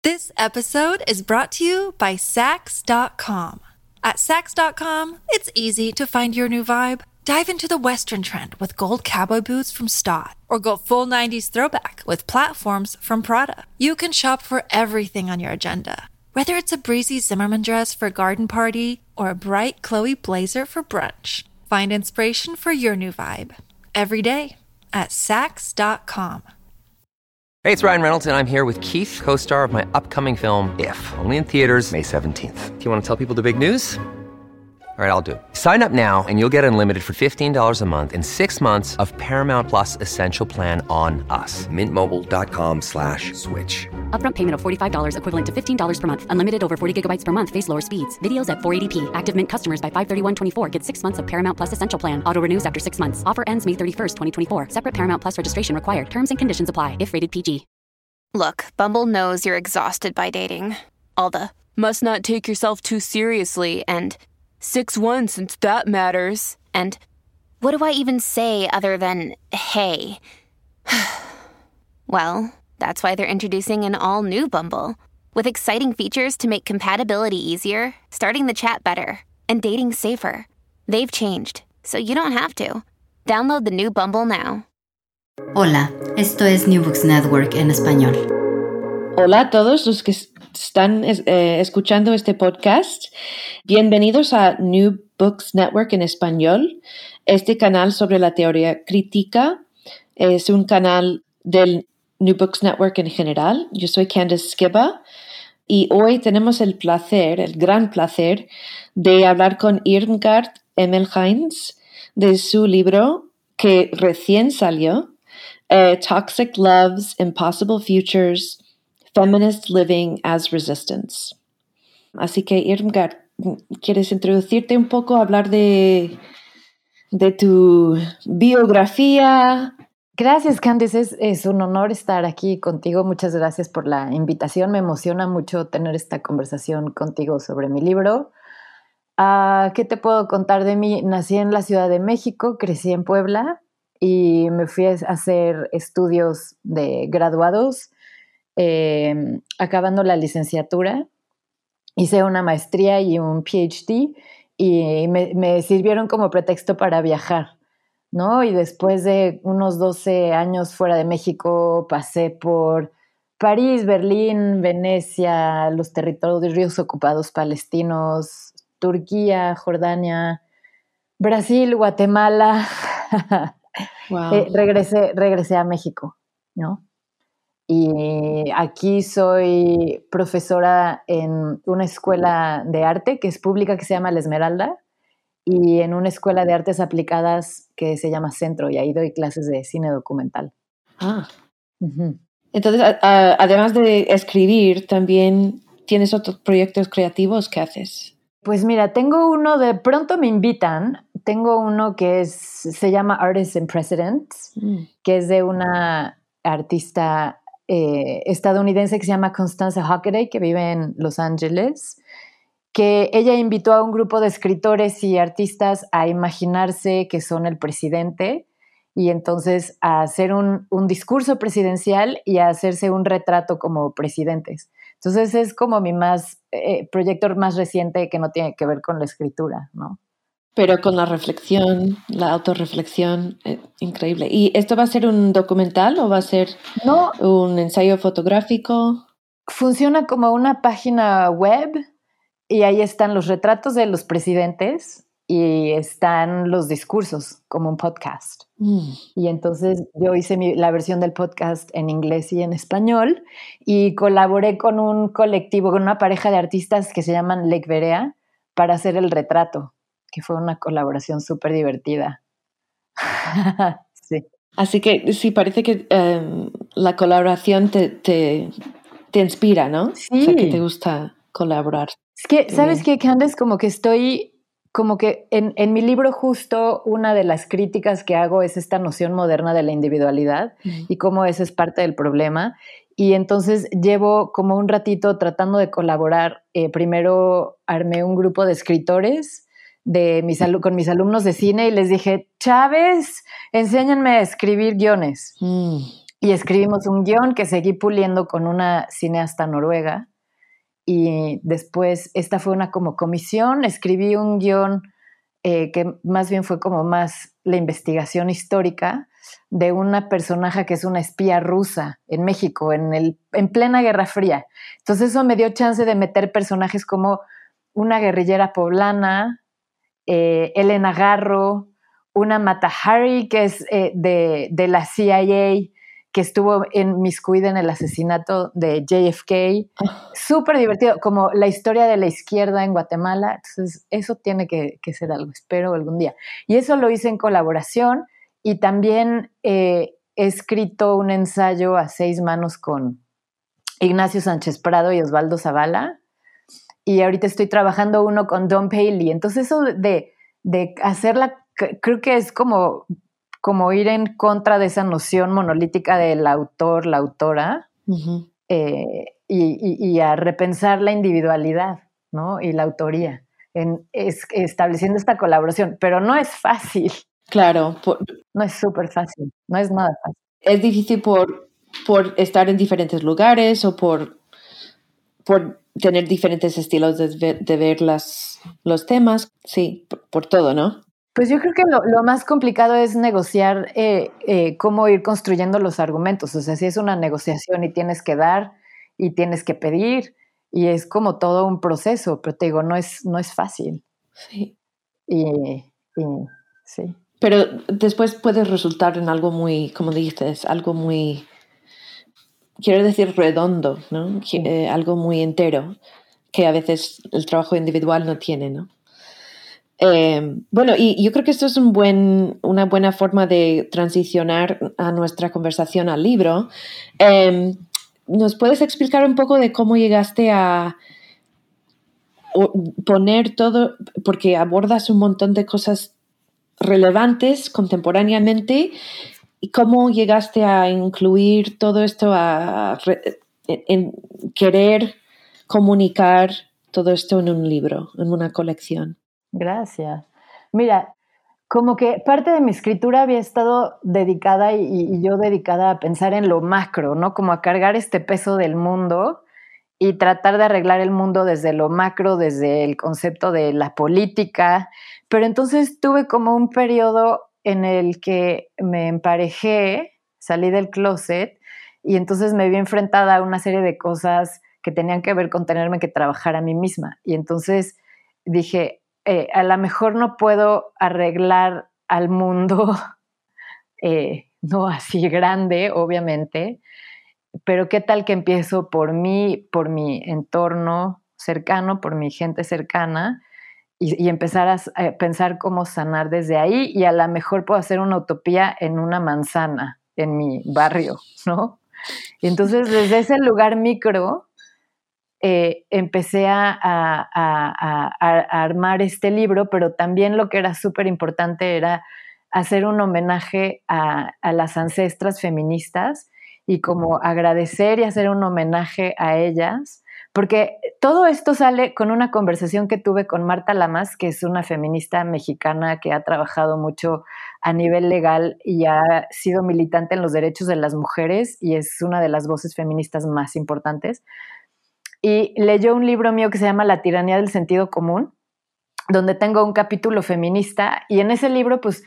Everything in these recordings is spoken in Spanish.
This episode is brought to you by Sax.com. At Sax.com, it's easy to find your new vibe. Dive into the Western trend with gold cowboy boots from Stott, or go full 90s throwback with platforms from Prada. You can shop for everything on your agenda, whether it's a breezy Zimmermann dress for a garden party or a bright Chloe blazer for brunch. Find inspiration for your new vibe every day at Sax.com. Hey, it's Ryan Reynolds, and I'm here with Keith, co-star of my upcoming film, If, only in theaters May 17th. Do you want to tell people the big news? All right, I'll do it. Sign up now and you'll get unlimited for $15 a month and 6 months of Paramount Plus Essential Plan on us. MintMobile.com/switch. Upfront payment of $45 equivalent to $15 per month. Unlimited over 40 gigabytes per month. Face lower speeds. Videos at 480p. Active Mint customers by 531.24 get 6 months of Paramount Plus Essential Plan. Auto renews after 6 months. Offer ends May 31st, 2024. Separate Paramount Plus registration required. Terms and conditions apply if rated PG. Look, Bumble knows you're exhausted by dating. All the must not take yourself too seriously and 6'1" since that matters. And what do I even say other than hey? Well, that's why they're introducing an all-new Bumble with exciting features to make compatibility easier, starting the chat better, and dating safer. They've changed, so you don't have to. Download the new Bumble now. Hola, esto es New Books Network en español. Hola a todos los que están escuchando este podcast. Bienvenidos a New Books Network en español. Este canal sobre la teoría crítica es un canal del New Books Network en general. Yo soy Candace Skiba y hoy tenemos el gran placer de hablar con Irmgard Emmelheins de su libro que recién salió, Toxic Loves, Impossible Futures, Feminist Living as Resistance. Así que, Irmgard, ¿quieres introducirte un poco, hablar de tu biografía? Gracias, Candice. Es un honor estar aquí contigo. Muchas gracias por la invitación. Me emociona mucho tener esta conversación contigo sobre mi libro. ¿Qué te puedo contar de mí? Nací en la Ciudad de México, crecí en Puebla y me fui a hacer estudios de graduados. Acabando la licenciatura, hice una maestría y un PhD y me sirvieron como pretexto para viajar, ¿no? Y después de unos 12 años fuera de México, pasé por París, Berlín, Venecia, los territorios ocupados palestinos, Turquía, Jordania, Brasil, Guatemala. Wow. Regresé a México, ¿no? Y aquí soy profesora en una escuela de arte que es pública que se llama La Esmeralda y en una escuela de artes aplicadas que se llama Centro y ahí doy clases de cine documental. Uh-huh. Entonces, además de escribir, también tienes otros proyectos creativos que haces. Pues mira, tengo uno de pronto me invitan. Tengo uno que se llama Artists and Presidents, que es de una artista estadounidense que se llama Constanza Hockaday, que vive en Los Ángeles, que ella invitó a un grupo de escritores y artistas a imaginarse que son el presidente y entonces a hacer un discurso presidencial y a hacerse un retrato como presidentes. Entonces es como mi proyecto más reciente que no tiene que ver con la escritura, ¿no? Pero con la reflexión, la autorreflexión, increíble. ¿Y esto va a ser un documental o va a ser un ensayo fotográfico? Funciona como una página web y ahí están los retratos de los presidentes y están los discursos como un podcast. Y entonces yo hice la versión del podcast en inglés y en español y colaboré con un colectivo, con una pareja de artistas que se llaman Lake Berea para hacer el retrato, que fue una colaboración súper divertida. Sí. Así que sí, parece que la colaboración te inspira, ¿no? Sí. O sea, que te gusta colaborar. Es que, ¿sabes qué, Candace? Como que en mi libro justo una de las críticas que hago es esta noción moderna de la individualidad y cómo eso es parte del problema. Y entonces llevo como un ratito tratando de colaborar. Primero armé un grupo de escritores con mis alumnos de cine y les dije, Chávez, enséñenme a escribir guiones. y escribimos un guión que seguí puliendo con una cineasta noruega. Y después esta fue una como comisión, escribí un guión que más bien fue como más la investigación histórica de una personaje que es una espía rusa en México, en plena Guerra Fría. Entonces eso me dio chance de meter personajes como una guerrillera poblana, Elena Garro, una Mata Hari que es de la CIA, que estuvo inmiscuida en el asesinato de JFK. Súper divertido, como la historia de la izquierda en Guatemala. Entonces, eso tiene que ser algo, espero algún día. Y eso lo hice en colaboración y también he escrito un ensayo a 6 manos con Ignacio Sánchez Prado y Osvaldo Zavala. Y ahorita estoy trabajando uno con Don Paley. Entonces, eso de hacerla, creo que es como ir en contra de esa noción monolítica del autor, la autora, uh-huh. Y a repensar la individualidad, ¿no? Y la autoría, estableciendo esta colaboración. Pero no es fácil. Claro. No es súper fácil, no es nada fácil. Es difícil por estar en diferentes lugares o por tener diferentes estilos de ver los temas. Sí, por todo, ¿no? Pues yo creo que lo más complicado es negociar cómo ir construyendo los argumentos. O sea, si es una negociación y tienes que dar y tienes que pedir y es como todo un proceso, pero te digo, no es fácil. Sí. Y sí. Pero después puede resultar en algo muy, como dices, algo muy, quiero decir redondo, ¿no? Algo muy entero, que a veces el trabajo individual no tiene, ¿no? Bueno, y yo creo que esto es una buena forma de transicionar a nuestra conversación al libro. ¿Nos puedes explicar un poco de cómo llegaste a poner todo, porque abordas un montón de cosas relevantes contemporáneamente, y cómo llegaste a incluir todo esto, en querer comunicar todo esto en un libro, en una colección? Gracias. Mira, como que parte de mi escritura había estado dedicada y yo dedicada a pensar en lo macro, ¿no? Como a cargar este peso del mundo y tratar de arreglar el mundo desde lo macro, desde el concepto de la política. Pero entonces tuve como un periodo en el que me emparejé, salí del closet y entonces me vi enfrentada a una serie de cosas que tenían que ver con tenerme que trabajar a mí misma. Y entonces dije, a lo mejor no puedo arreglar al mundo, no así grande, obviamente, pero qué tal que empiezo por mí, por mi entorno cercano, por mi gente cercana, y empezar a pensar cómo sanar desde ahí, y a lo mejor puedo hacer una utopía en una manzana, en mi barrio, ¿no? Y entonces desde ese lugar micro empecé a armar este libro, pero también lo que era súper importante era hacer un homenaje a las ancestras feministas y como agradecer y hacer un homenaje a ellas, porque todo esto sale con una conversación que tuve con Marta Lamas, que es una feminista mexicana que ha trabajado mucho a nivel legal y ha sido militante en los derechos de las mujeres y es una de las voces feministas más importantes. Y leyó un libro mío que se llama La tiranía del sentido común, donde tengo un capítulo feminista, y en ese libro pues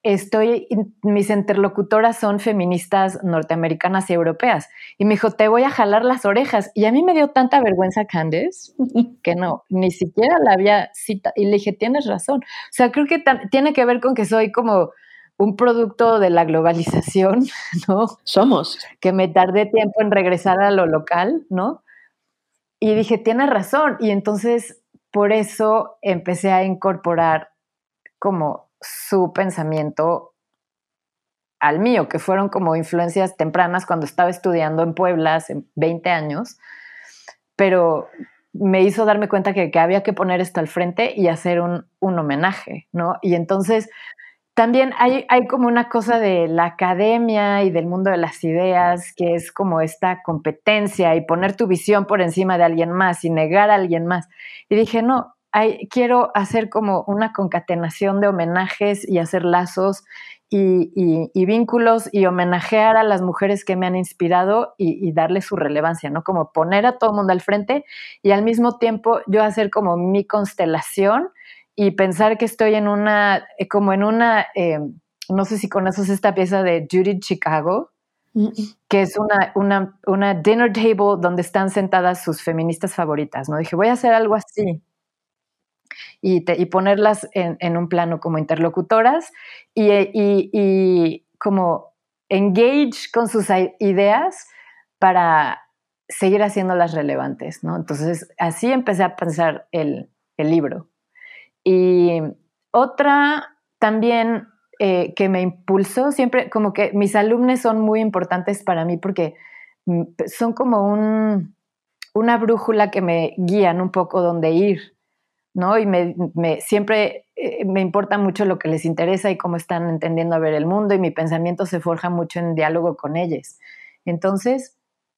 mis interlocutoras son feministas norteamericanas y europeas, y me dijo, te voy a jalar las orejas, y a mí me dio tanta vergüenza, Candace, que no, ni siquiera la había citado, y le dije, tienes razón, o sea, creo que tiene que ver con que soy como un producto de la globalización, ¿no? Somos. Que me tardé tiempo en regresar a lo local, ¿no? Y dije, tienes razón. Y entonces, por eso empecé a incorporar como su pensamiento al mío, que fueron como influencias tempranas cuando estaba estudiando en Puebla hace 20 años. Pero me hizo darme cuenta que había que poner esto al frente y hacer un homenaje, ¿no? Y entonces también hay como una cosa de la academia y del mundo de las ideas, que es como esta competencia y poner tu visión por encima de alguien más y negar a alguien más. Y dije, no, quiero hacer como una concatenación de homenajes y hacer lazos y vínculos y homenajear a las mujeres que me han inspirado y darle su relevancia, ¿no? Como poner a todo el mundo al frente y al mismo tiempo yo hacer como mi constelación y pensar que estoy en una, no sé si conoces esta pieza de Judith Chicago, que es una dinner table donde están sentadas sus feministas favoritas, ¿no? Dije, voy a hacer algo así. Y ponerlas en un plano como interlocutoras y como engage con sus ideas para seguir haciéndolas relevantes, ¿no? Entonces, así empecé a pensar el libro. Y otra también que me impulsó, siempre como que mis alumnos son muy importantes para mí porque son como una brújula que me guían un poco dónde ir, ¿no? Y siempre me importa mucho lo que les interesa y cómo están entendiendo a ver el mundo y mi pensamiento se forja mucho en diálogo con ellos. Entonces,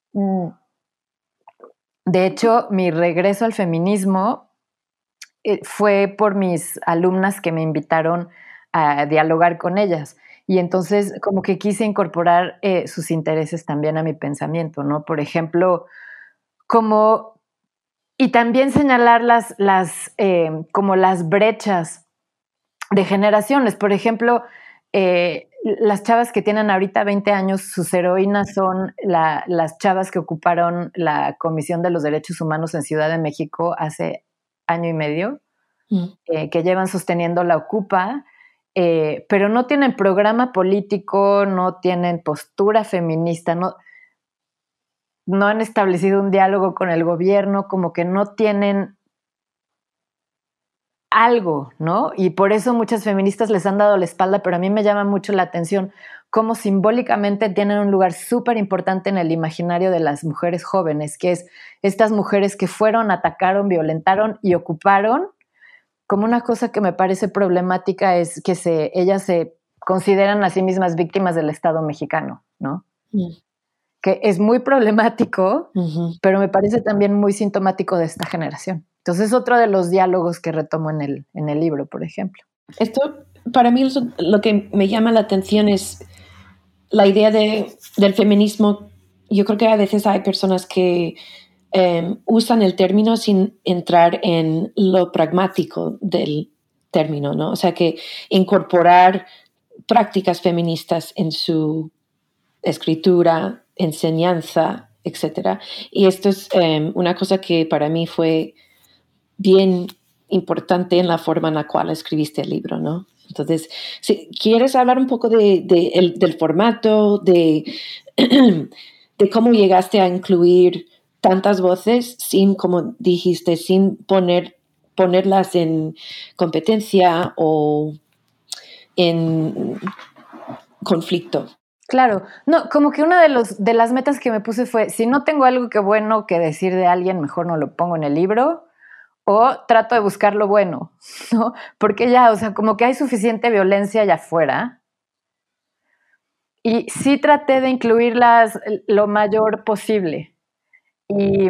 de hecho, mi regreso al feminismo fue por mis alumnas que me invitaron a dialogar con ellas. Y entonces como que quise incorporar sus intereses también a mi pensamiento, ¿no? Por ejemplo, y también señalar como las brechas de generaciones. Por ejemplo, las chavas que tienen ahorita 20 años, sus heroínas son las chavas que ocuparon la Comisión de los Derechos Humanos en Ciudad de México hace año y medio, que llevan sosteniendo la Ocupa, pero no tienen programa político, no tienen postura feminista, no han establecido un diálogo con el gobierno, como que no tienen algo, ¿no? Y por eso muchas feministas les han dado la espalda, pero a mí me llama mucho la atención cómo simbólicamente tienen un lugar súper importante en el imaginario de las mujeres jóvenes, que es estas mujeres que fueron, atacaron, violentaron y ocuparon. Como una cosa que me parece problemática es que ellas se consideran a sí mismas víctimas del Estado mexicano, ¿no? Que es muy problemático, pero me parece también muy sintomático de esta generación. Entonces es otro de los diálogos que retomo en el libro, por ejemplo. Esto, para mí, lo que me llama la atención es la idea del feminismo. Yo creo que a veces hay personas que usan el término sin entrar en lo pragmático del término, ¿no? O sea, que incorporar prácticas feministas en su escritura, enseñanza, etc. Y esto es una cosa que para mí fue bien importante en la forma en la cual escribiste el libro, ¿no? Entonces, si quieres hablar un poco del formato, de cómo llegaste a incluir tantas voces sin, como dijiste, sin ponerlas en competencia o en conflicto. Claro, no, como que una de las metas que me puse fue, si no tengo algo bueno que decir de alguien, mejor no lo pongo en el libro, o trato de buscar lo bueno, ¿no? Porque ya, o sea, como que hay suficiente violencia allá afuera. Y sí traté de incluirlas lo mayor posible. Y,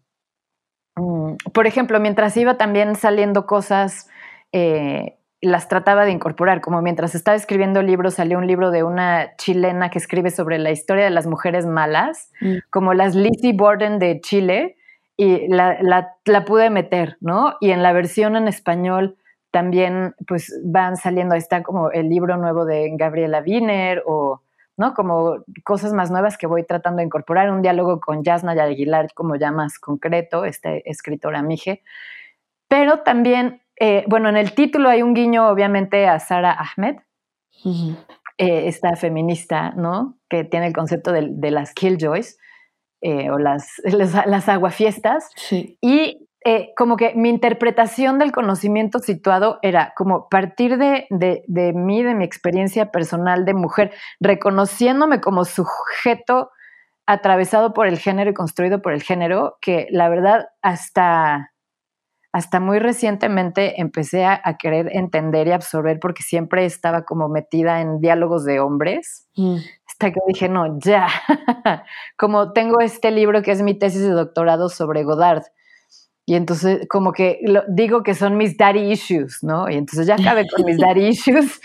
por ejemplo, mientras iba también saliendo cosas, las trataba de incorporar, como mientras estaba escribiendo el libro, salió un libro de una chilena que escribe sobre la historia de las mujeres malas, como las Lizzie Borden de Chile, y la pude meter, ¿no? Y en la versión en español también pues van saliendo, ahí está como el libro nuevo de Gabriela Wiener, o ¿no? Como cosas más nuevas que voy tratando de incorporar, un diálogo con Yasna Aguilar como ya más concreto, escritora mije, pero también bueno, en el título hay un guiño obviamente a Sara Ahmed, esta feminista, ¿no? Que tiene el concepto de las killjoys, o las aguafiestas. Sí. Y como que mi interpretación del conocimiento situado era como partir de mí, de mi experiencia personal de mujer, reconociéndome como sujeto atravesado por el género y construido por el género, que la verdad hasta muy recientemente empecé a querer entender y absorber, porque siempre estaba como metida en diálogos de hombres, hasta que dije, no, ya, como tengo este libro que es mi tesis de doctorado sobre Godard, Y entonces como que digo que son mis daddy issues, ¿no? Y entonces ya acabé con mis daddy issues.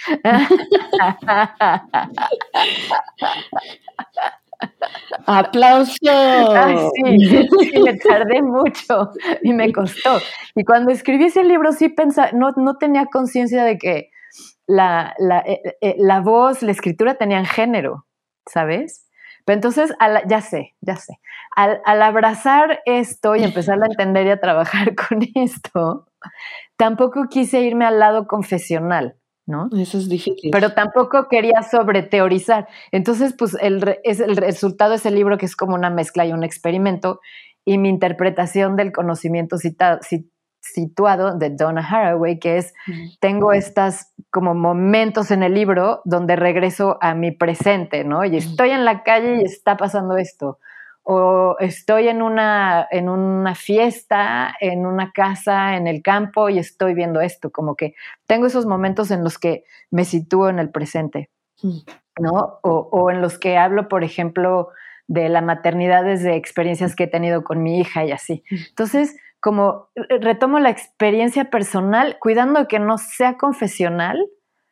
¡Aplauso! Sí, me tardé mucho y me costó. Y cuando escribí ese libro sí no tenía conciencia de que la voz, la escritura tenían género, ¿sabes? Pero entonces, ya sé, al abrazar esto y empezar a entender y a trabajar con esto, tampoco quise irme al lado confesional, ¿no? Eso es difícil. Pero tampoco quería sobreteorizar. Entonces, pues el resultado de ese libro que es como una mezcla y un experimento, y mi interpretación del conocimiento situado de Donna Haraway, que es, tengo estas como momentos en el libro donde regreso a mi presente, ¿no? Y estoy en la calle y está pasando esto. O estoy en una fiesta, en una casa, en el campo y estoy viendo esto. Como que tengo esos momentos en los que me sitúo en el presente, ¿no? O en los que hablo, por ejemplo, de la maternidad desde experiencias que he tenido con mi hija y así. Entonces, como retomo la experiencia personal, cuidando que no sea confesional,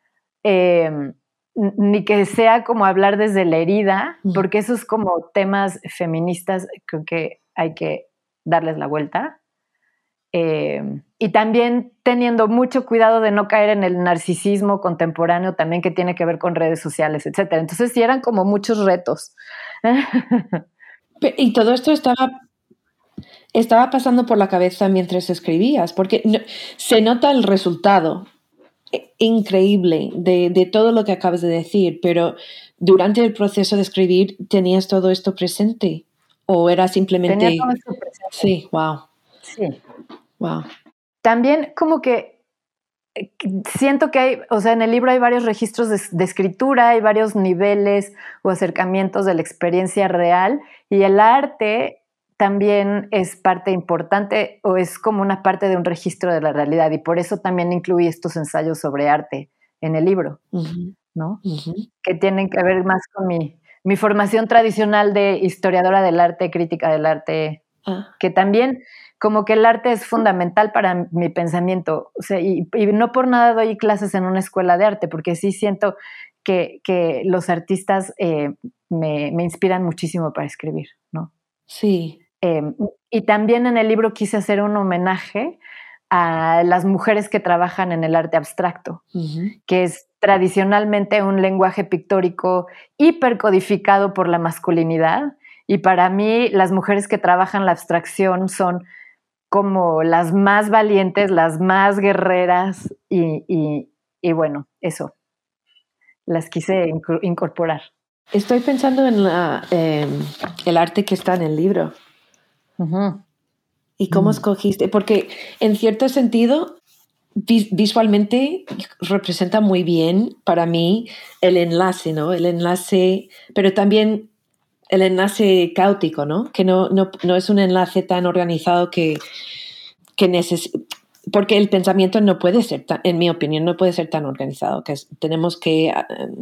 ni que sea como hablar desde la herida, porque esos como temas feministas creo que hay que darles la vuelta. Y también teniendo mucho cuidado de no caer en el narcisismo contemporáneo también que tiene que ver con redes sociales, etc. Entonces sí eran como muchos retos. Y todo esto estaba pasando por la cabeza mientras escribías, porque se nota el resultado increíble de todo lo que acabas de decir, pero durante el proceso de escribir, ¿tenías todo esto presente? ¿O era simplemente...? Tenía todo esto presente. Sí, wow. Sí. Wow. También como que siento que hay, o sea, en el libro hay varios registros de escritura, hay varios niveles o acercamientos de la experiencia real, y el arte también es parte importante o es como una parte de un registro de la realidad, y por eso también incluí estos ensayos sobre arte en el libro, ¿no? Que tienen que ver más con mi formación tradicional de historiadora del arte, crítica del arte, que también como que el arte es fundamental para mi pensamiento, o sea, y no por nada doy clases en una escuela de arte, porque sí siento que los artistas me inspiran muchísimo para escribir, ¿no? Sí. Y también en el libro quise hacer un homenaje a las mujeres que trabajan en el arte abstracto, que es tradicionalmente un lenguaje pictórico hipercodificado por la masculinidad, y para mí las mujeres que trabajan la abstracción son como las más valientes, las más guerreras, y bueno, eso, las quise incorporar. Estoy pensando en el arte que está en el libro. ¿Y cómo escogiste? Porque en cierto sentido, visualmente representa muy bien para mí el enlace, ¿no? El enlace, pero también el enlace caótico, ¿no? Que no es un enlace tan organizado que porque el pensamiento no puede ser, en mi opinión, no puede ser tan organizado, que tenemos que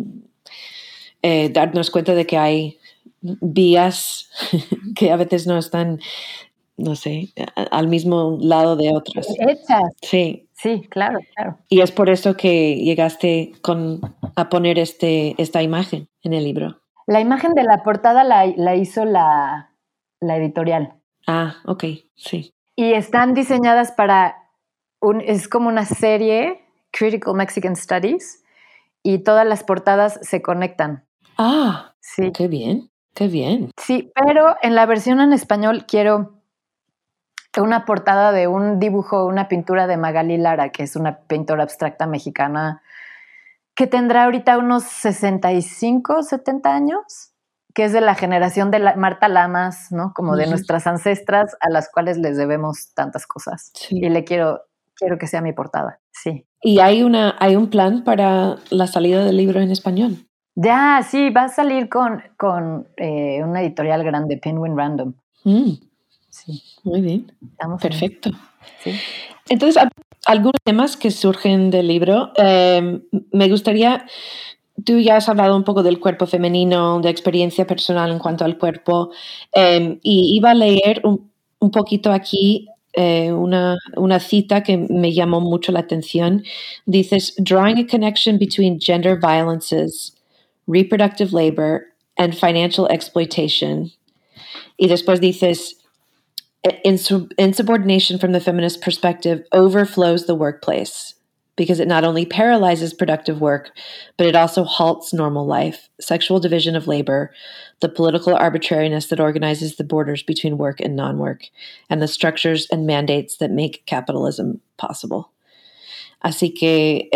darnos cuenta de que hay vías que a veces no están, no sé, al mismo lado de otras. Hechas. Sí, claro. Y es por eso que llegaste a poner esta imagen en el libro. La imagen de la portada la hizo la editorial. Ah, ok, sí. Y están diseñadas es como una serie, Critical Mexican Studies, y todas las portadas se conectan. Ah, sí. Qué bien. Sí, pero en la versión en español quiero una portada de un dibujo, una pintura de Magali Lara, que es una pintora abstracta mexicana que tendrá ahorita unos 65, 70 años, que es de la generación de Marta Lamas, ¿no? Como de nuestras ancestras a las cuales les debemos tantas cosas. Sí. Y quiero que sea mi portada, sí. ¿Y hay un plan para la salida del libro en español? Ya, sí, va a salir con una editorial grande, Penguin Random. Sí. Muy bien. Perfecto. Sí. Entonces, algunos temas que surgen del libro. Me gustaría, tú ya has hablado un poco del cuerpo femenino, de experiencia personal en cuanto al cuerpo, y iba a leer un poquito aquí una cita que me llamó mucho la atención. Dices, drawing a connection between gender violences, reproductive labor, and financial exploitation. Y después dices, insubordination from the feminist perspective overflows the workplace because it not only paralyzes productive work, but it also halts normal life, sexual division of labor, the political arbitrariness that organizes the borders between work and non-work, and the structures and mandates that make capitalism possible. Así que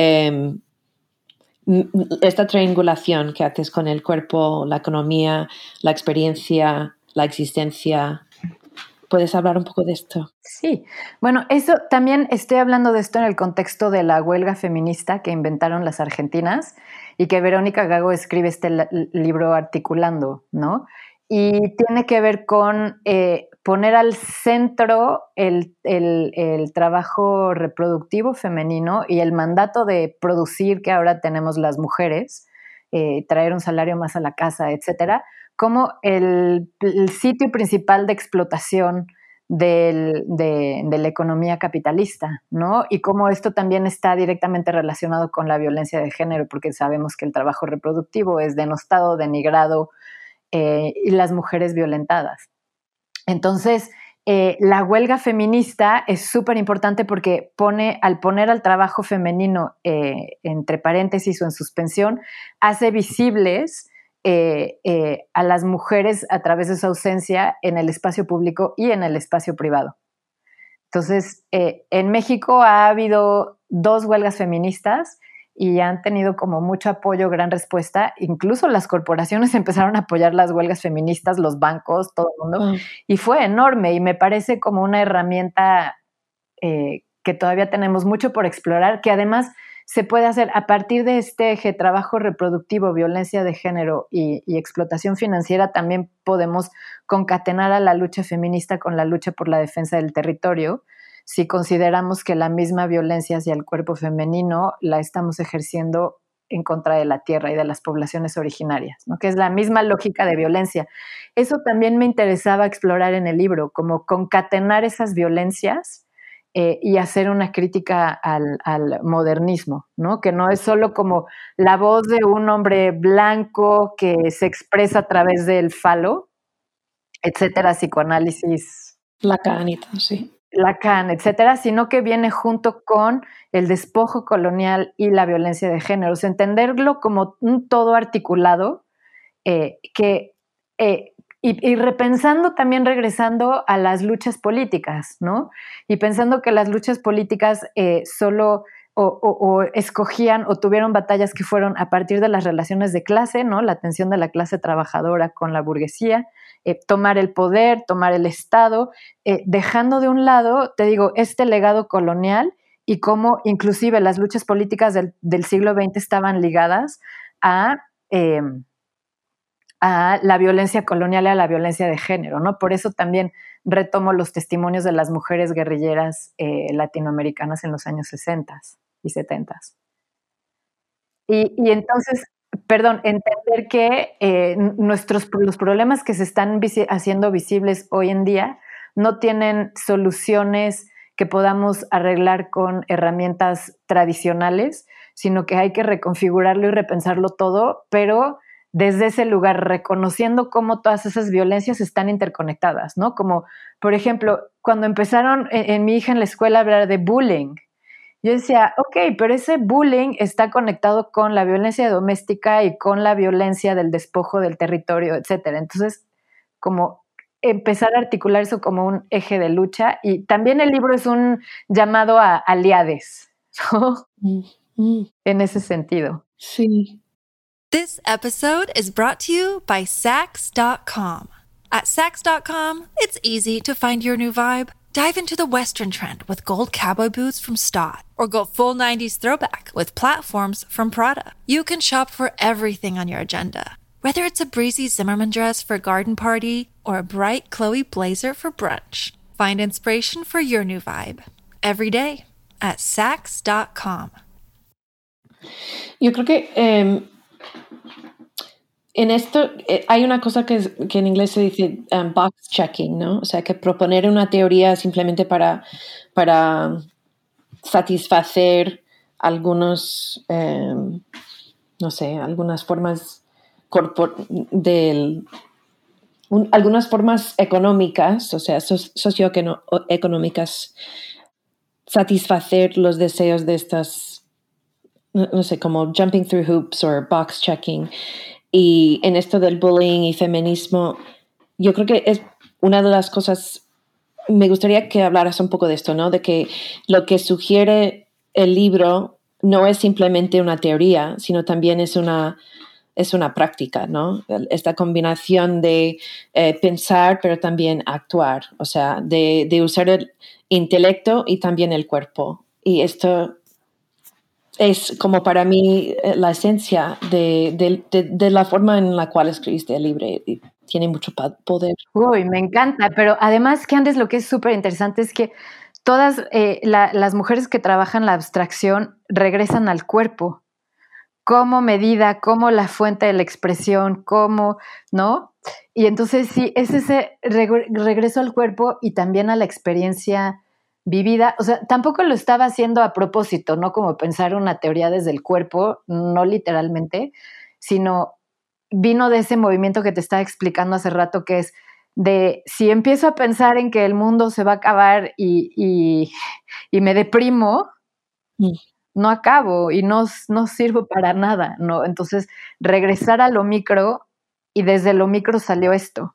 esta triangulación que haces con el cuerpo, la economía, la experiencia, la existencia, ¿puedes hablar un poco de esto? Sí, bueno, eso también estoy hablando de esto en el contexto de la huelga feminista que inventaron las argentinas y que Verónica Gago escribe este libro articulando, ¿no? Y tiene que ver con poner al centro el trabajo reproductivo femenino y el mandato de producir que ahora tenemos las mujeres, traer un salario más a la casa, etcétera, como el sitio principal de explotación de la economía capitalista, ¿no? Y cómo esto también está directamente relacionado con la violencia de género, porque sabemos que el trabajo reproductivo es denostado, denigrado, y las mujeres violentadas. Entonces, la huelga feminista es súper importante porque al poner al trabajo femenino entre paréntesis o en suspensión, hace visibles a las mujeres a través de su ausencia en el espacio público y en el espacio privado. Entonces, en México ha habido 2 huelgas feministas y han tenido como mucho apoyo, gran respuesta. Incluso las corporaciones empezaron a apoyar las huelgas feministas, los bancos, todo el mundo, y fue enorme y me parece como una herramienta que todavía tenemos mucho por explorar, que además se puede hacer a partir de este eje trabajo reproductivo, violencia de género y explotación financiera. También podemos concatenar a la lucha feminista con la lucha por la defensa del territorio, si consideramos que la misma violencia hacia el cuerpo femenino la estamos ejerciendo en contra de la tierra y de las poblaciones originarias, ¿no? Que es la misma lógica de violencia. Eso también me interesaba explorar en el libro, como concatenar esas violencias y hacer una crítica al modernismo, ¿no? Que no es solo como la voz de un hombre blanco que se expresa a través del falo, etcétera, psicoanálisis. Lacan y todo, sí. Lacan, etcétera, sino que viene junto con el despojo colonial y la violencia de género. O sea, entenderlo como un todo articulado y repensando también, regresando a las luchas políticas, ¿no? Y pensando que las luchas políticas solo o escogían o tuvieron batallas que fueron a partir de las relaciones de clase, ¿no? La tensión de la clase trabajadora con la burguesía, tomar el poder, tomar el Estado, dejando de un lado, te digo, este legado colonial y cómo inclusive las luchas políticas del siglo XX estaban ligadas a la violencia colonial y a la violencia de género, ¿no? Por eso también retomo los testimonios de las mujeres guerrilleras latinoamericanas en los años 60 y 70. Y entonces, entender que los problemas que se están haciendo visibles hoy en día no tienen soluciones que podamos arreglar con herramientas tradicionales, sino que hay que reconfigurarlo y repensarlo todo, pero desde ese lugar, reconociendo cómo todas esas violencias están interconectadas, ¿no? Como, por ejemplo, cuando empezaron en mi hija en la escuela a hablar de bullying, yo decía, ok, pero ese bullying está conectado con la violencia doméstica y con la violencia del despojo del territorio, etcétera. Entonces, como empezar a articular eso como un eje de lucha. Y también el libro es un llamado a aliades, ¿no? En ese sentido. Sí. This episode is brought to you by Sax.com. At Sax.com, it's easy to find your new vibe. Dive into the Western trend with gold cowboy boots from Stott, or go full 90s throwback with platforms from Prada. You can shop for everything on your agenda, whether it's a breezy Zimmermann dress for a garden party or a bright Chloe blazer for brunch. Find inspiration for your new vibe every day at Sax.com. Yo creo que En esto hay una cosa que en inglés se dice box checking, ¿no? O sea, que proponer una teoría simplemente para satisfacer algunos, no sé, algunas formas algunas formas económicas, o sea, socioeconómicas, satisfacer los deseos de estas, no sé, como jumping through hoops o box checking. Y en esto del bullying y feminismo, yo creo que es una de las cosas, me gustaría que hablaras un poco de esto, ¿no? De que lo que sugiere el libro no es simplemente una teoría, sino también es una práctica, ¿no? Esta combinación de pensar, pero también actuar, o sea, de usar el intelecto y también el cuerpo. Y esto es como para mí la esencia de la forma en la cual escribiste el libro. Y tiene mucho poder. Uy, me encanta, pero además, Candice, lo que es súper interesante es que todas las mujeres que trabajan la abstracción regresan al cuerpo como medida, como la fuente de la expresión, como, ¿no? Y entonces sí, es ese regreso al cuerpo y también a la experiencia vivida. O sea, tampoco lo estaba haciendo a propósito, ¿no? Como pensar una teoría desde el cuerpo, no literalmente, sino vino de ese movimiento que te estaba explicando hace rato, que es de si empiezo a pensar en que el mundo se va a acabar y me deprimo, no acabo y no sirvo para nada, ¿no? Entonces, regresar a lo micro y desde lo micro salió esto.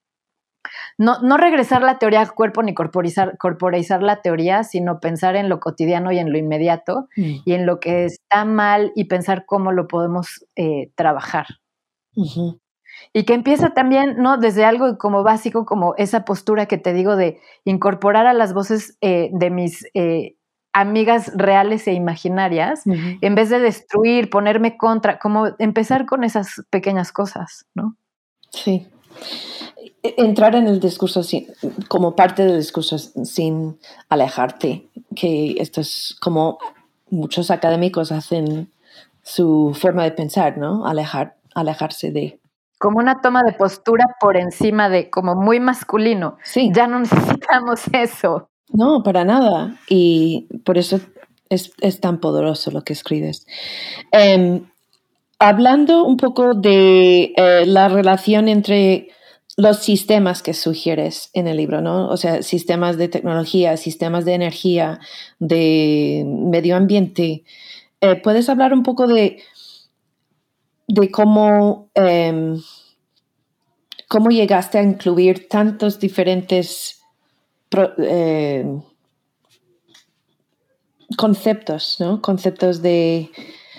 No regresar la teoría al cuerpo ni corporizar la teoría, sino pensar en lo cotidiano y en lo inmediato y en lo que está mal y pensar cómo lo podemos trabajar. Uh-huh. Y que empieza también, ¿no? Desde algo como básico, como esa postura que te digo de incorporar a las voces de mis amigas reales e imaginarias, en vez de destruir, ponerme contra, como empezar con esas pequeñas cosas, ¿no? Sí. Entrar en el discurso como parte del discurso sin alejarte, que esto es como muchos académicos hacen su forma de pensar, ¿no? Alejarse de... Como una toma de postura por encima de, como muy masculino. Sí. Ya no necesitamos eso. No, para nada. Y por eso es tan poderoso lo que escribes. Hablando un poco de la relación entre los sistemas que sugieres en el libro, ¿no? O sea, sistemas de tecnología, sistemas de energía, de medio ambiente. ¿Puedes hablar un poco de cómo llegaste a incluir tantos diferentes conceptos, ¿no? Conceptos de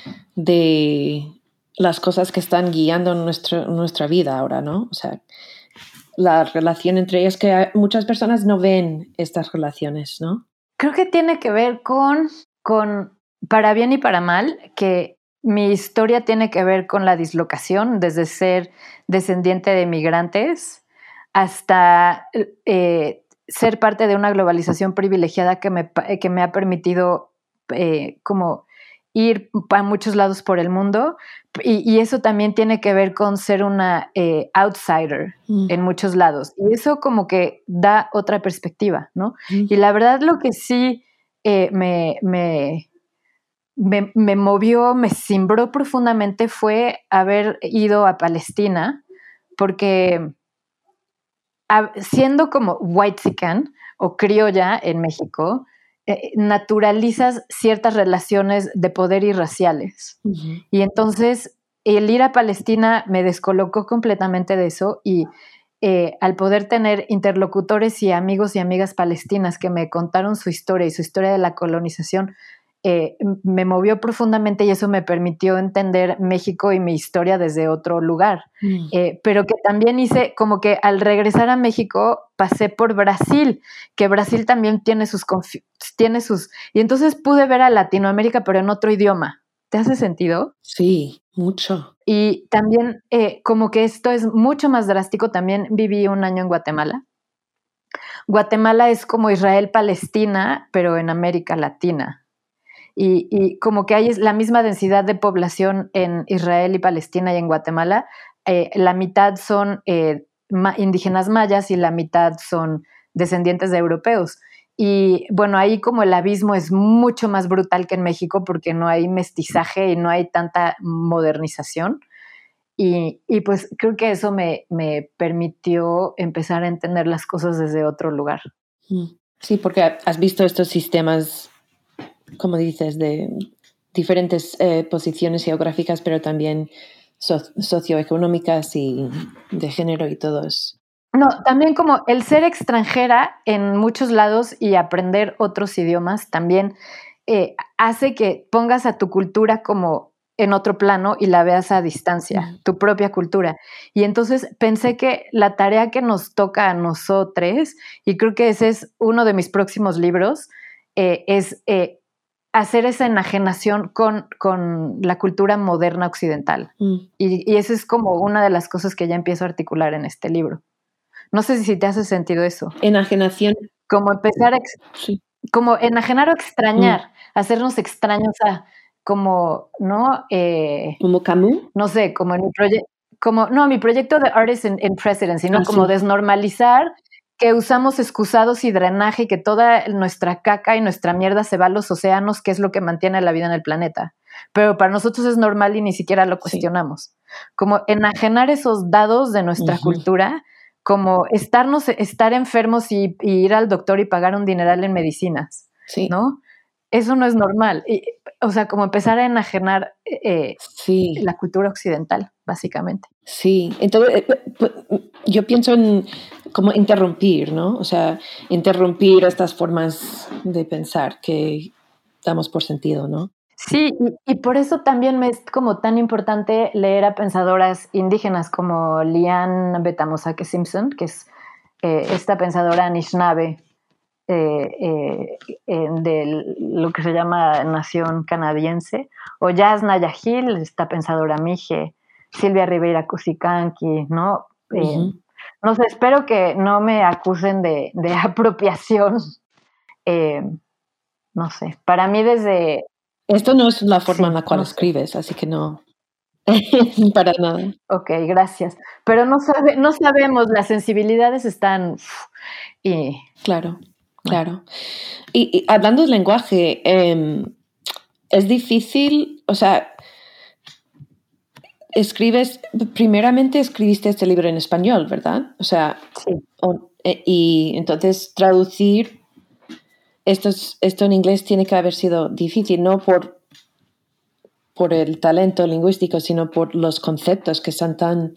las cosas que están guiando nuestra vida ahora, ¿no? O sea, la relación entre ellas, que muchas personas no ven estas relaciones, ¿no? Creo que tiene que ver con para bien y para mal, que mi historia tiene que ver con la dislocación, desde ser descendiente de migrantes hasta ser parte de una globalización privilegiada que me ha permitido como ir a muchos lados por el mundo, y eso también tiene que ver con ser una outsider en muchos lados, y eso como que da otra perspectiva, ¿no? Y la verdad lo que sí me movió, me cimbró profundamente fue haber ido a Palestina, porque siendo como whitexican o criolla en México, naturalizas ciertas relaciones de poder y raciales. Uh-huh. Y entonces el ir a Palestina me descolocó completamente de eso, y al poder tener interlocutores y amigos y amigas palestinas que me contaron su historia y su historia de la colonización, me movió profundamente, y eso me permitió entender México y mi historia desde otro lugar. Pero que también hice como que al regresar a México pasé por Brasil, que Brasil también tiene sus y entonces pude ver a Latinoamérica pero en otro idioma. ¿Te hace sentido? Sí, mucho. Y también como que esto es mucho más drástico. También viví un año en Guatemala. Guatemala es como Israel-Palestina, pero en América Latina. Y como que hay la misma densidad de población en Israel y Palestina y en Guatemala, la mitad son indígenas mayas y la mitad son descendientes de europeos. Y bueno, ahí como el abismo es mucho más brutal que en México porque no hay mestizaje y no hay tanta modernización. Y pues creo que eso me permitió empezar a entender las cosas desde otro lugar. Sí, porque has visto estos sistemas, como dices, de diferentes posiciones geográficas, pero también socioeconómicas y de género y todos. No, también como el ser extranjera en muchos lados y aprender otros idiomas también hace que pongas a tu cultura como en otro plano y la veas a distancia, tu propia cultura. Y entonces pensé que la tarea que nos toca a nosotros, y creo que ese es uno de mis próximos libros, es hacer esa enajenación con la cultura moderna occidental. Y eso es como una de las cosas que ya empiezo a articular en este libro. No sé si te hace sentido eso. Enajenación. Como empezar a sí. Como enajenar o extrañar, hacernos extraños a como, ¿no? ¿Como Camus? No sé, como en mi proyecto de Artists in Presidency, ¿no? Como sí. desnormalizar que usamos excusados y drenaje y que toda nuestra caca y nuestra mierda se va a los océanos, que es lo que mantiene la vida en el planeta. Pero para nosotros es normal y ni siquiera lo cuestionamos. Como enajenar esos dados de nuestra cultura, como estar enfermos y ir al doctor y pagar un dineral en medicinas, ¿no? Eso no es normal. O sea, como empezar a enajenar la cultura occidental, básicamente. Sí, entonces yo pienso en como interrumpir, ¿no? O sea, interrumpir estas formas de pensar que damos por sentido, ¿no? Sí, y por eso también me es como tan importante leer a pensadoras indígenas como Liane Betamosake Simpson, que es esta pensadora Anishinaabe de lo que se llama nación canadiense, o Yasna Yahil, esta pensadora mije, Silvia Rivera Cusicanqui, ¿no? No sé, espero que no me acusen de apropiación. No sé, para mí desde... Esto no es la forma en la cual escribes, así que no, para nada. Ok, gracias. Pero no sabemos, las sensibilidades están... Y... Claro. Y hablando del lenguaje, es difícil, o sea, primeramente escribiste este libro en español, ¿verdad? O sea, y entonces traducir esto en inglés tiene que haber sido difícil, no por el talento lingüístico, sino por los conceptos que son tan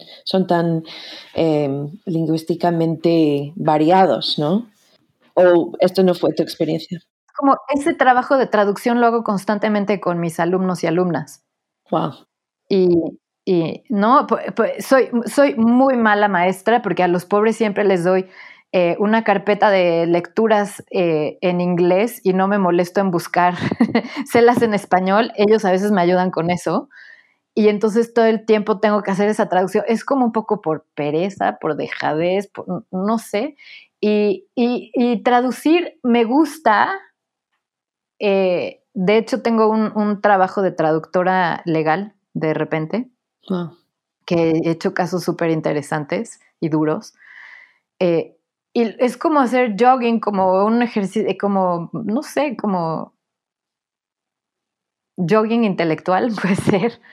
lingüísticamente variados, ¿no? ¿O esto no fue tu experiencia? Como ese trabajo de traducción lo hago constantemente con mis alumnos y alumnas. Wow. Y no, pues soy muy mala maestra porque a los pobres siempre les doy una carpeta de lecturas en inglés y no me molesto en buscar celas en español. Ellos a veces me ayudan con eso. Y entonces todo el tiempo tengo que hacer esa traducción. Es como un poco por pereza, por dejadez, no sé. Y traducir me gusta. De hecho, tengo un trabajo de traductora legal de repente, que he hecho casos súper interesantes y duros. Y es como hacer jogging, como un ejercicio, como, no sé, como jogging intelectual, puede ser.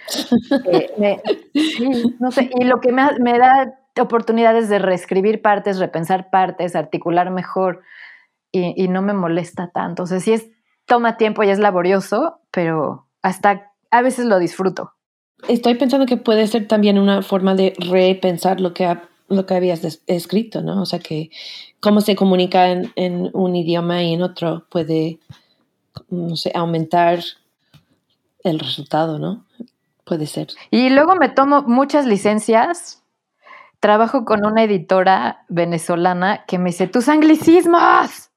Sí, no sé, y lo que me da oportunidades de reescribir partes, repensar partes, articular mejor, y no me molesta tanto. O sea, sí toma tiempo y es laborioso, pero hasta a veces lo disfruto. Estoy pensando que puede ser también una forma de repensar lo que habías escrito, ¿no? O sea, que cómo se comunica en un idioma y en otro puede, no sé, aumentar el resultado, ¿no? Puede ser. Y luego me tomo muchas licencias. Trabajo con una editora venezolana que me dice, ¡tus anglicismos!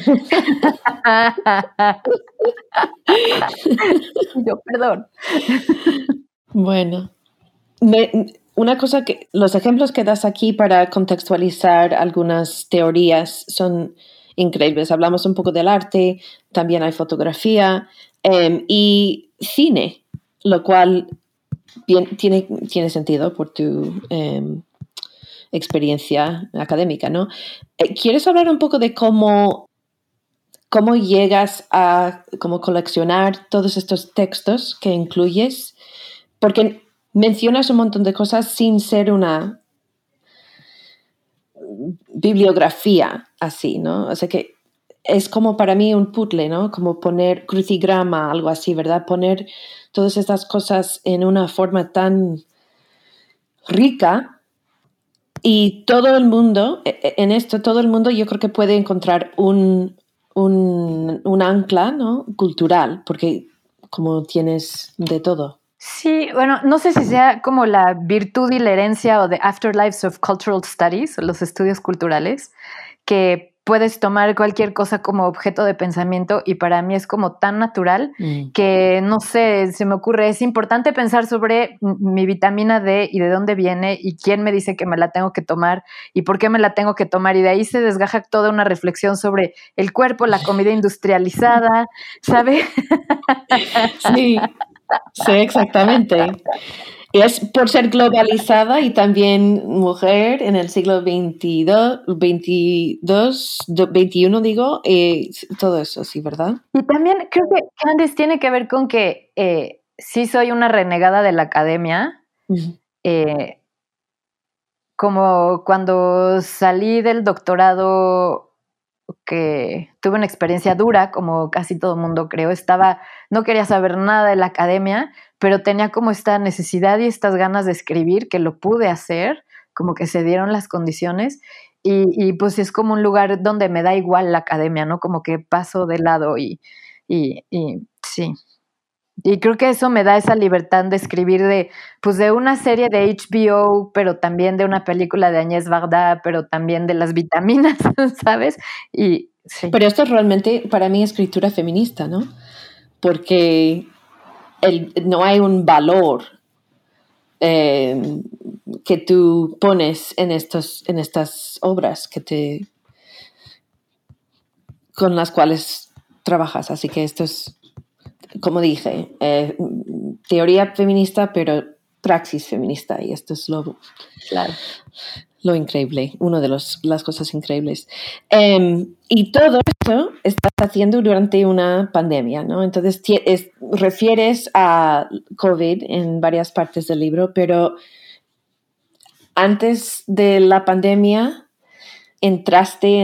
Yo, perdón. Bueno, una cosa que los ejemplos que das aquí para contextualizar algunas teorías son increíbles. Hablamos un poco del arte, también hay fotografía y cine, lo cual bien, tiene sentido por tu experiencia académica, ¿no? ¿Quieres hablar un poco de cómo llegas a cómo coleccionar todos estos textos que incluyes? Porque mencionas un montón de cosas sin ser una bibliografía así, ¿no? O sea que es como para mí un puzzle, ¿no? Como poner crucigrama, algo así, ¿verdad? Poner todas estas cosas en una forma tan rica y todo el mundo, en esto, todo el mundo yo creo que puede encontrar un ancla, ¿no? Cultural, porque como tienes de todo. Sí, bueno, no sé si sea como la virtud y la herencia o the afterlives of cultural studies, o los estudios culturales, que puedes tomar cualquier cosa como objeto de pensamiento y para mí es como tan natural que, no sé, se me ocurre, es importante pensar sobre mi vitamina D y de dónde viene y quién me dice que me la tengo que tomar y por qué me la tengo que tomar y de ahí se desgaja toda una reflexión sobre el cuerpo, la comida industrializada, ¿sabes? Sí, sí, exactamente. Y es por ser globalizada y también mujer en el siglo XXI, digo, todo eso, sí, ¿verdad? Y también creo que Candice tiene que ver con que sí soy una renegada de la academia. Uh-huh. Como cuando salí del doctorado, que tuve una experiencia dura, como casi todo el mundo creo, no quería saber nada de la academia, pero tenía como esta necesidad y estas ganas de escribir, que lo pude hacer, como que se dieron las condiciones, y pues es como un lugar donde me da igual la academia, ¿no? Como que paso de lado y sí. Y creo que eso me da esa libertad de escribir de una serie de HBO, pero también de una película de Agnès Varda, pero también de las vitaminas, ¿sabes? Y sí. Pero esto es realmente, para mí, escritura feminista, ¿no? Porque no hay un valor que tú pones en estas obras con las cuales trabajas. Así que esto es, como dije, teoría feminista, pero praxis feminista. Y esto es lo increíble, una de las cosas increíbles. Y todo esto estás haciendo durante una pandemia, ¿no? Entonces refieres a COVID en varias partes del libro, pero antes de la pandemia entraste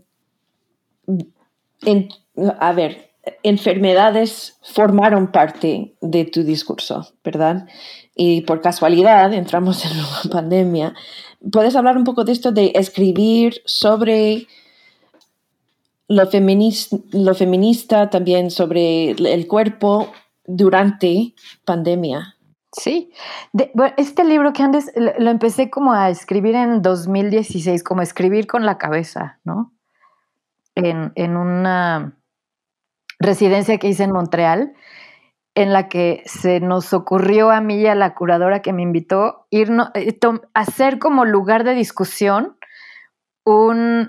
a ver, enfermedades formaron parte de tu discurso, ¿verdad? Y por casualidad entramos en una pandemia. ¿Puedes hablar un poco de esto, de escribir sobre lo feminista, también sobre el cuerpo durante pandemia? Sí. Bueno, este libro, Candice, lo empecé como a escribir en 2016, como escribir con la cabeza, ¿no? En una residencia que hice en Montreal, en la que se nos ocurrió a mí y a la curadora que me invitó hacer como lugar de discusión no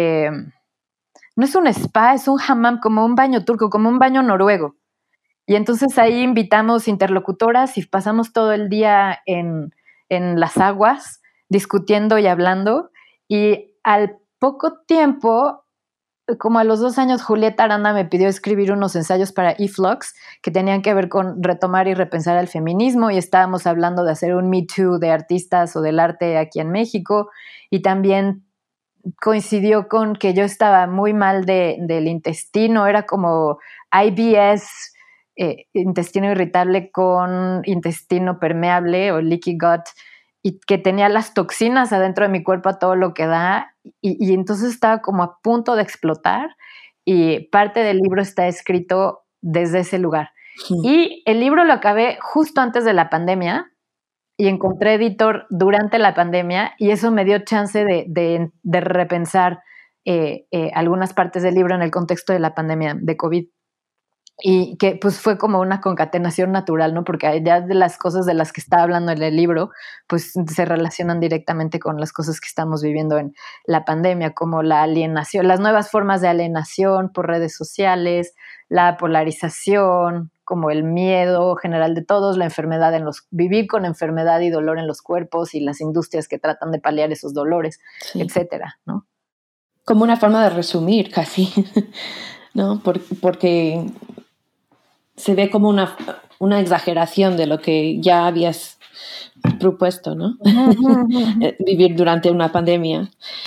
es un spa, es un hammam, como un baño turco, como un baño noruego. Y entonces ahí invitamos interlocutoras y pasamos todo el día en las aguas discutiendo y hablando. Y al poco tiempo, como a los 2 años, Julieta Aranda me pidió escribir unos ensayos para eFlux que tenían que ver con retomar y repensar el feminismo y estábamos hablando de hacer un Me Too de artistas o del arte aquí en México y también coincidió con que yo estaba muy mal del intestino, era como IBS, intestino irritable con intestino permeable o leaky gut, y que tenía las toxinas adentro de mi cuerpo a todo lo que da, y entonces estaba como a punto de explotar, y parte del libro está escrito desde ese lugar. Sí. Y el libro lo acabé justo antes de la pandemia, y encontré editor durante la pandemia, y eso me dio chance de repensar algunas partes del libro en el contexto de la pandemia de COVID. y que pues fue como una concatenación natural, ¿no? Porque ya de las cosas de las que está hablando en el libro, pues se relacionan directamente con las cosas que estamos viviendo en la pandemia, como la alienación, las nuevas formas de alienación por redes sociales, la polarización, como el miedo general de todos, la enfermedad vivir con enfermedad y dolor en los cuerpos y las industrias que tratan de paliar esos dolores, etcétera, ¿no? Como una forma de resumir casi, ¿no? Porque se ve como una exageración de lo que ya habías propuesto, ¿no? Vivir durante una pandemia.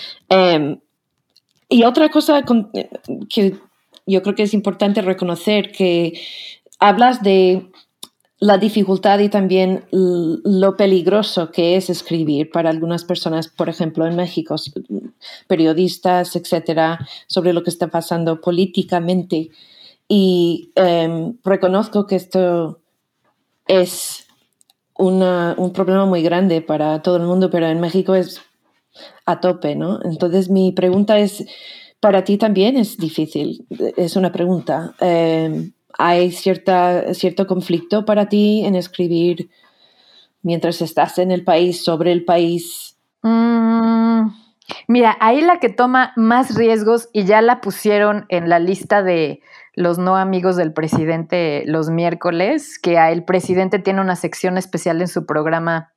Y otra cosa que yo creo que es importante reconocer, que hablas de la dificultad y también lo peligroso que es escribir para algunas personas, por ejemplo, en México, periodistas, etcétera, sobre lo que está pasando políticamente. Y reconozco que esto es un problema muy grande para todo el mundo, pero en México es a tope, ¿no? Entonces mi pregunta es, ¿para ti también es difícil? Es una pregunta. ¿Hay cierto conflicto para ti en escribir mientras estás en el país, sobre el país? Mira, ahí la que toma más riesgos, y ya la pusieron en la lista de los no amigos del presidente los miércoles, que el presidente tiene una sección especial en su programa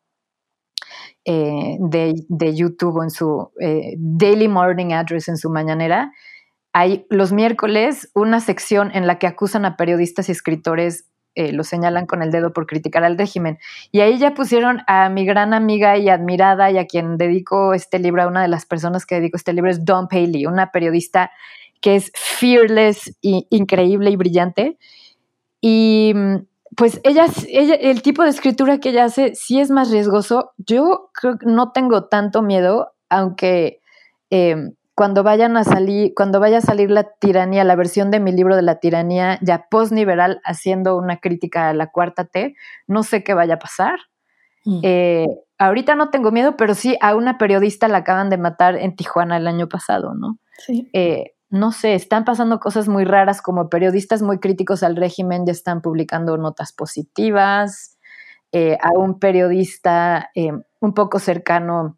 de YouTube o en su Daily Morning Address, en su mañanera. Hay los miércoles una sección en la que acusan a periodistas y escritores, lo señalan con el dedo por criticar al régimen. Y ahí ya pusieron a mi gran amiga y admirada, y a quien dedico este libro, a una de las personas que dedico este libro, es Dawn Paley, una periodista que es fearless, y increíble y brillante. Y pues ella, el tipo de escritura que ella hace sí es más riesgoso. Yo creo que no tengo tanto miedo, aunque cuando vaya a salir La tiranía, la versión de mi libro de La tiranía, ya post-liberal, haciendo una crítica a la Cuarta T, no sé qué vaya a pasar. Ahorita no tengo miedo, pero sí, a una periodista la acaban de matar en Tijuana el año pasado, ¿no? Sí. No sé, están pasando cosas muy raras, como periodistas muy críticos al régimen ya están publicando notas positivas. A un periodista un poco cercano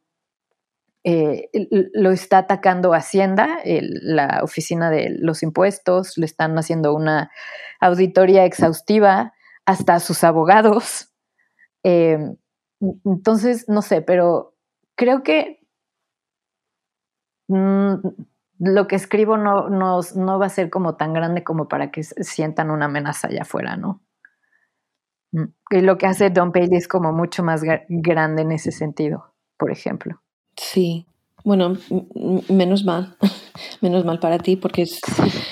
lo está atacando Hacienda, la oficina de los impuestos, le están haciendo una auditoría exhaustiva, hasta a sus abogados. Entonces, no sé, pero creo que lo que escribo no va a ser como tan grande como para que sientan una amenaza allá afuera, ¿no? Y lo que hace Dawn Paley es como mucho más grande en ese sentido, por ejemplo. Sí, bueno, menos mal, menos mal para ti, porque es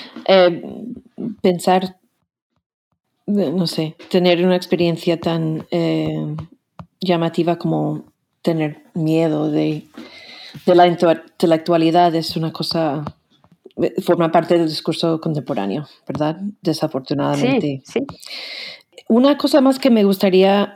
pensar, no sé, tener una experiencia tan llamativa como tener miedo de la intelectualidad es una cosa, forma parte del discurso contemporáneo, ¿verdad? Desafortunadamente. Sí. Una cosa más que me gustaría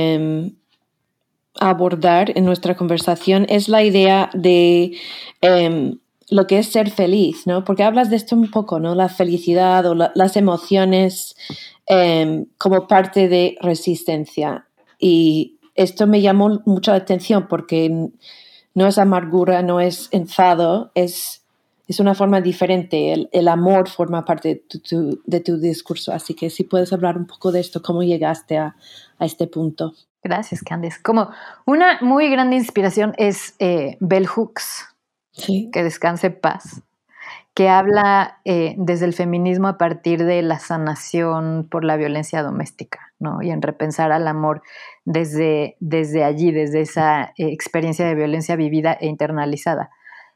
abordar en nuestra conversación es la idea de lo que es ser feliz, ¿no? Porque hablas de esto un poco, ¿no? La felicidad o las emociones como parte de resistencia. Y esto me llamó mucho la atención porque no es amargura, no es enfado, es una forma diferente. El amor forma parte de tu discurso. Así que si puedes hablar un poco de esto, cómo llegaste a este punto. Gracias, Candice. Como una muy grande inspiración es Bell Hooks, sí, que descanse en paz, que habla desde el feminismo a partir de la sanación por la violencia doméstica, ¿no? Y en repensar al amor desde allí, desde esa experiencia de violencia vivida e internalizada.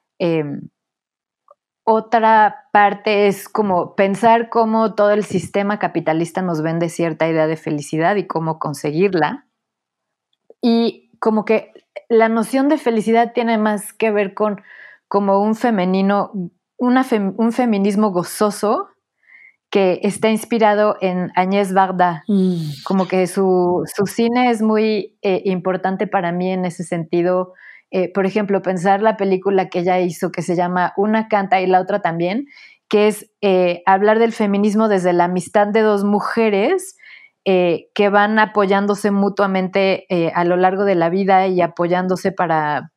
Otra parte es como pensar cómo todo el sistema capitalista nos vende cierta idea de felicidad y cómo conseguirla. Y como que la noción de felicidad tiene más que ver con como un feminismo gozoso que está inspirado en Agnès Varda. Como que su cine es muy importante para mí en ese sentido. Por ejemplo, pensar la película que ella hizo, que se llama Una canta y la otra también, que es hablar del feminismo desde la amistad de dos mujeres que van apoyándose mutuamente a lo largo de la vida y apoyándose para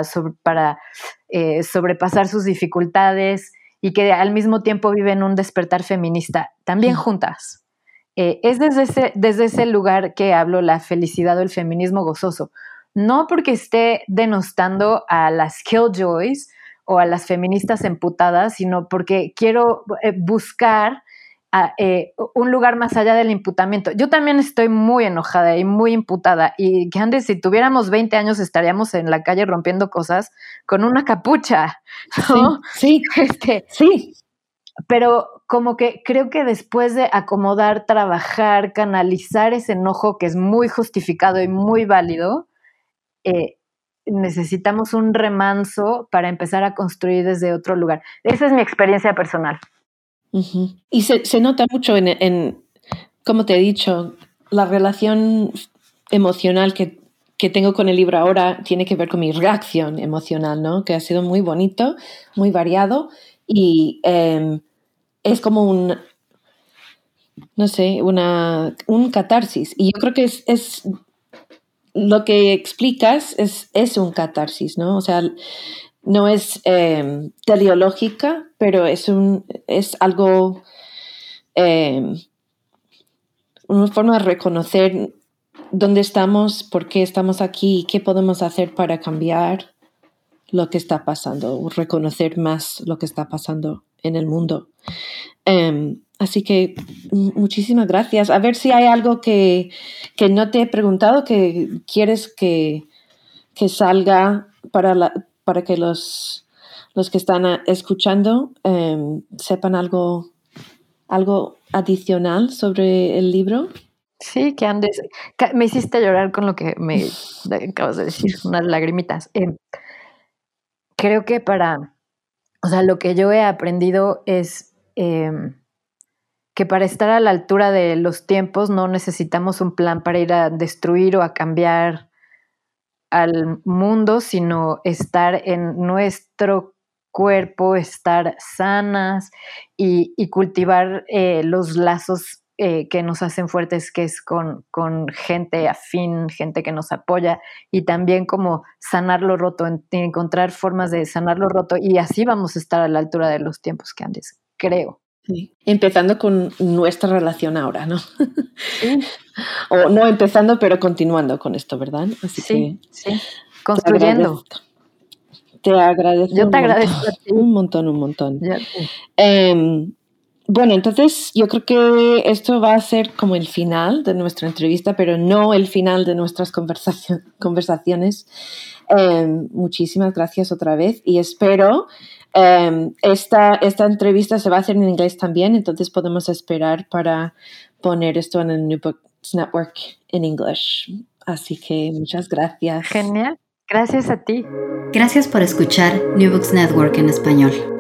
sobrepasar sus dificultades y que al mismo tiempo viven un despertar feminista, también juntas. Es desde ese lugar que hablo la felicidad o el feminismo gozoso. No porque esté denostando a las killjoys o a las feministas emputadas, sino porque quiero buscar un lugar más allá del imputamiento. Yo también estoy muy enojada y muy imputada, y que antes, si tuviéramos 20 años estaríamos en la calle rompiendo cosas con una capucha, ¿no? Sí. Sí. Pero como que creo que después de acomodar, trabajar, canalizar ese enojo que es muy justificado y muy válido, necesitamos un remanso para empezar a construir desde otro lugar. Esa es mi experiencia personal. Uh-huh. Y se nota mucho en, como te he dicho, la relación emocional que tengo con el libro ahora tiene que ver con mi reacción emocional, ¿no? Que ha sido muy bonito, muy variado, y es como un catarsis. Y yo creo que es lo que explicas es un catarsis, ¿no? O sea, no es teleológica, pero es algo, una forma de reconocer dónde estamos, por qué estamos aquí y qué podemos hacer para cambiar lo que está pasando, reconocer más lo que está pasando en el mundo. Así que muchísimas gracias. A ver si hay algo que no te he preguntado que quieres que salga para que los que están escuchando sepan algo adicional sobre el libro. Sí, que Andes, me hiciste llorar con lo que me acabas de decir, unas lagrimitas. Creo que lo que yo he aprendido es que para estar a la altura de los tiempos no necesitamos un plan para ir a destruir o a cambiar al mundo, sino estar en nuestro cuerpo, estar sanas y cultivar los lazos que nos hacen fuertes, que es con gente afín, gente que nos apoya, y también como sanar lo roto, encontrar formas de sanar lo roto, y así vamos a estar a la altura de los tiempos que antes, creo. Sí. Empezando con nuestra relación ahora, ¿no? Sí. O no empezando, pero continuando con esto, ¿verdad? Así sí, que sí. Construyendo. Te agradezco. Yo te agradezco a ti. Un montón. Bueno, entonces yo creo que esto va a ser como el final de nuestra entrevista, pero no el final de nuestras conversaciones. Muchísimas gracias otra vez, y espero esta entrevista se va a hacer en inglés también, entonces podemos esperar para poner esto en el New Books Network en English. Así que muchas gracias. Genial. Gracias a ti. Gracias por escuchar New Books Network en español.